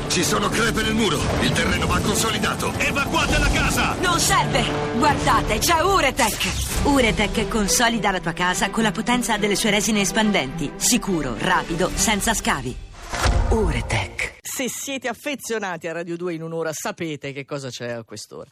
Ci sono crepe nel muro. Il terreno va consolidato. Evacuate la casa! Non serve! Guardate, c'è Uretech! Uretech consolida la tua casa con la potenza delle sue resine espandenti. Sicuro, rapido, senza scavi. Uretech. Se siete affezionati a Radio 2 in un'ora sapete che cosa c'è a quest'ora.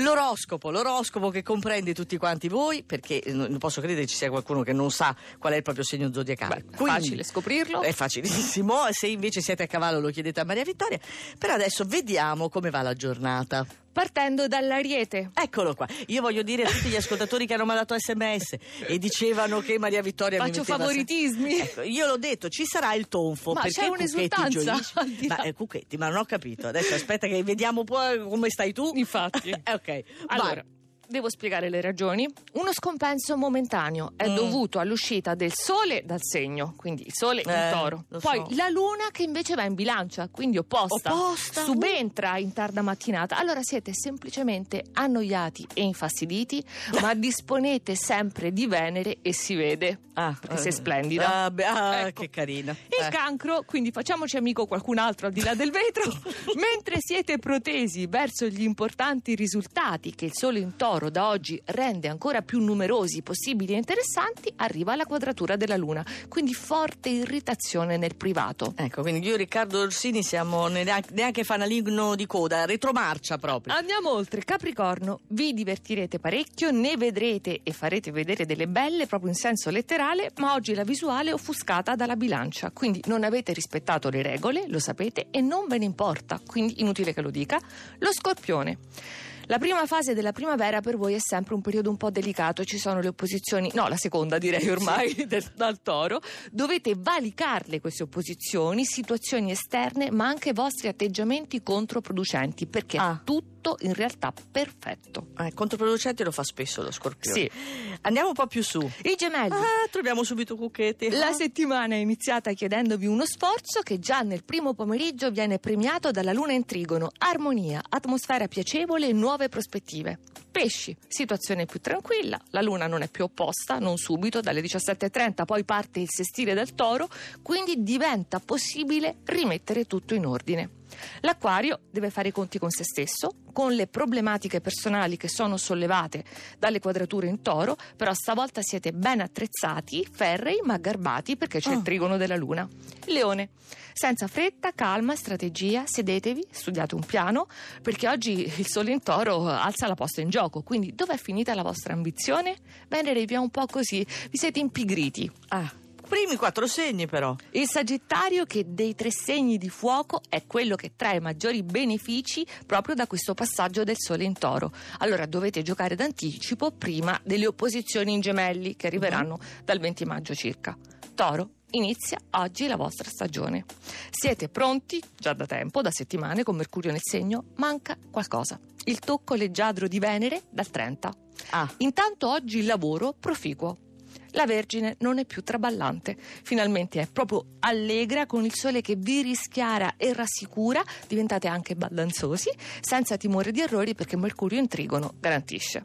L'oroscopo che comprende tutti quanti voi, perché non posso credere ci sia qualcuno che non sa qual è il proprio segno zodiacale. È facile scoprirlo. È facilissimo, se invece siete a cavallo lo chiedete a Maria Vittoria. Per adesso vediamo come va la giornata. Partendo dall'Ariete. Eccolo qua. Io voglio dire a tutti gli ascoltatori che hanno mandato SMS e dicevano che Maria Vittoria Faccio favoritismi. Ecco, io l'ho detto, ci sarà il tonfo. Ma perché c'è un'esultanza. Cucchetti, ma non ho capito. Adesso aspetta che vediamo poi come stai tu. Infatti. Ok. Allora, devo spiegare le ragioni. Uno scompenso momentaneo è dovuto all'uscita del Sole dal segno, quindi il Sole in Toro. Poi la Luna che invece va in Bilancia, quindi opposta. Subentra in tarda mattinata. Allora siete semplicemente annoiati e infastiditi, ma disponete sempre di Venere e si vede. Perché sei splendida. Ecco. Che carina. Il Cancro, quindi facciamoci amico qualcun altro al di là del vetro. Mentre siete protesi verso gli importanti risultati che il Sole in Toro da oggi rende ancora più numerosi, possibili e interessanti, arriva la quadratura della Luna, quindi forte irritazione nel privato. Ecco, quindi io e Riccardo Orsini siamo neanche fanalino di coda, retromarcia proprio. Andiamo oltre. Capricorno, vi divertirete parecchio, ne vedrete e farete vedere delle belle proprio in senso letterale, ma oggi la visuale è offuscata dalla Bilancia, quindi non avete rispettato le regole, lo sapete, e non ve ne importa, quindi inutile che lo dica. Lo Scorpione. La prima fase della primavera per voi è sempre un periodo un po' delicato, ci sono le opposizioni, no, la seconda direi ormai, dal Toro. Dovete valicarle queste opposizioni, situazioni esterne, ma anche vostri atteggiamenti controproducenti, perché è tutto in realtà perfetto. Controproducente lo fa spesso lo Scorpione. Sì. Andiamo un po' più su. I Gemelli. Troviamo subito Cucchetti. La settimana è iniziata chiedendovi uno sforzo che già nel primo pomeriggio viene premiato dalla Luna in Trigono. Armonia, atmosfera piacevole e nuove prospettive. Pesci, situazione più tranquilla, la Luna non è più opposta, non subito, dalle 17:30 poi parte il sestile del Toro, quindi diventa possibile rimettere tutto in ordine. L'Acquario deve fare i conti con se stesso, con le problematiche personali che sono sollevate dalle quadrature in Toro, però stavolta siete ben attrezzati, ferrei ma garbati perché c'è il trigono della Luna. Leone, senza fretta, calma, strategia, sedetevi, studiate un piano, perché oggi il Sole in Toro alza la posta in gioco, quindi dov'è finita la vostra ambizione? Venere vi è un po' così, vi siete impigriti. Primi 4 segni però. Il Sagittario, che dei 3 segni di fuoco è quello che trae maggiori benefici proprio da questo passaggio del Sole in Toro. Allora dovete giocare d'anticipo prima delle opposizioni in Gemelli che arriveranno dal 20 maggio circa. Toro, inizia oggi la vostra stagione. Siete pronti già da tempo, da settimane, con Mercurio nel segno. Manca qualcosa. Il tocco leggiadro di Venere dal 30. Intanto oggi il lavoro proficuo. La Vergine non è più traballante, finalmente è proprio allegra, con il Sole che vi rischiara e rassicura, diventate anche baldanzosi, senza timore di errori perché Mercurio in Trigono garantisce.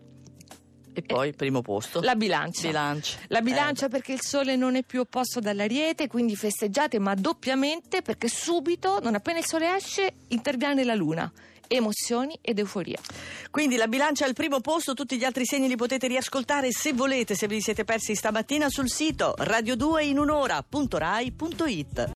E poi primo posto. La Bilancia. La Bilancia perché il Sole non è più opposto dall'Ariete, quindi festeggiate ma doppiamente perché subito, non appena il Sole esce, interviene la Luna. Emozioni ed euforia. Quindi la Bilancia al primo posto, tutti gli altri segni li potete riascoltare se volete, se vi siete persi stamattina sul sito radio2inunora.rai.it.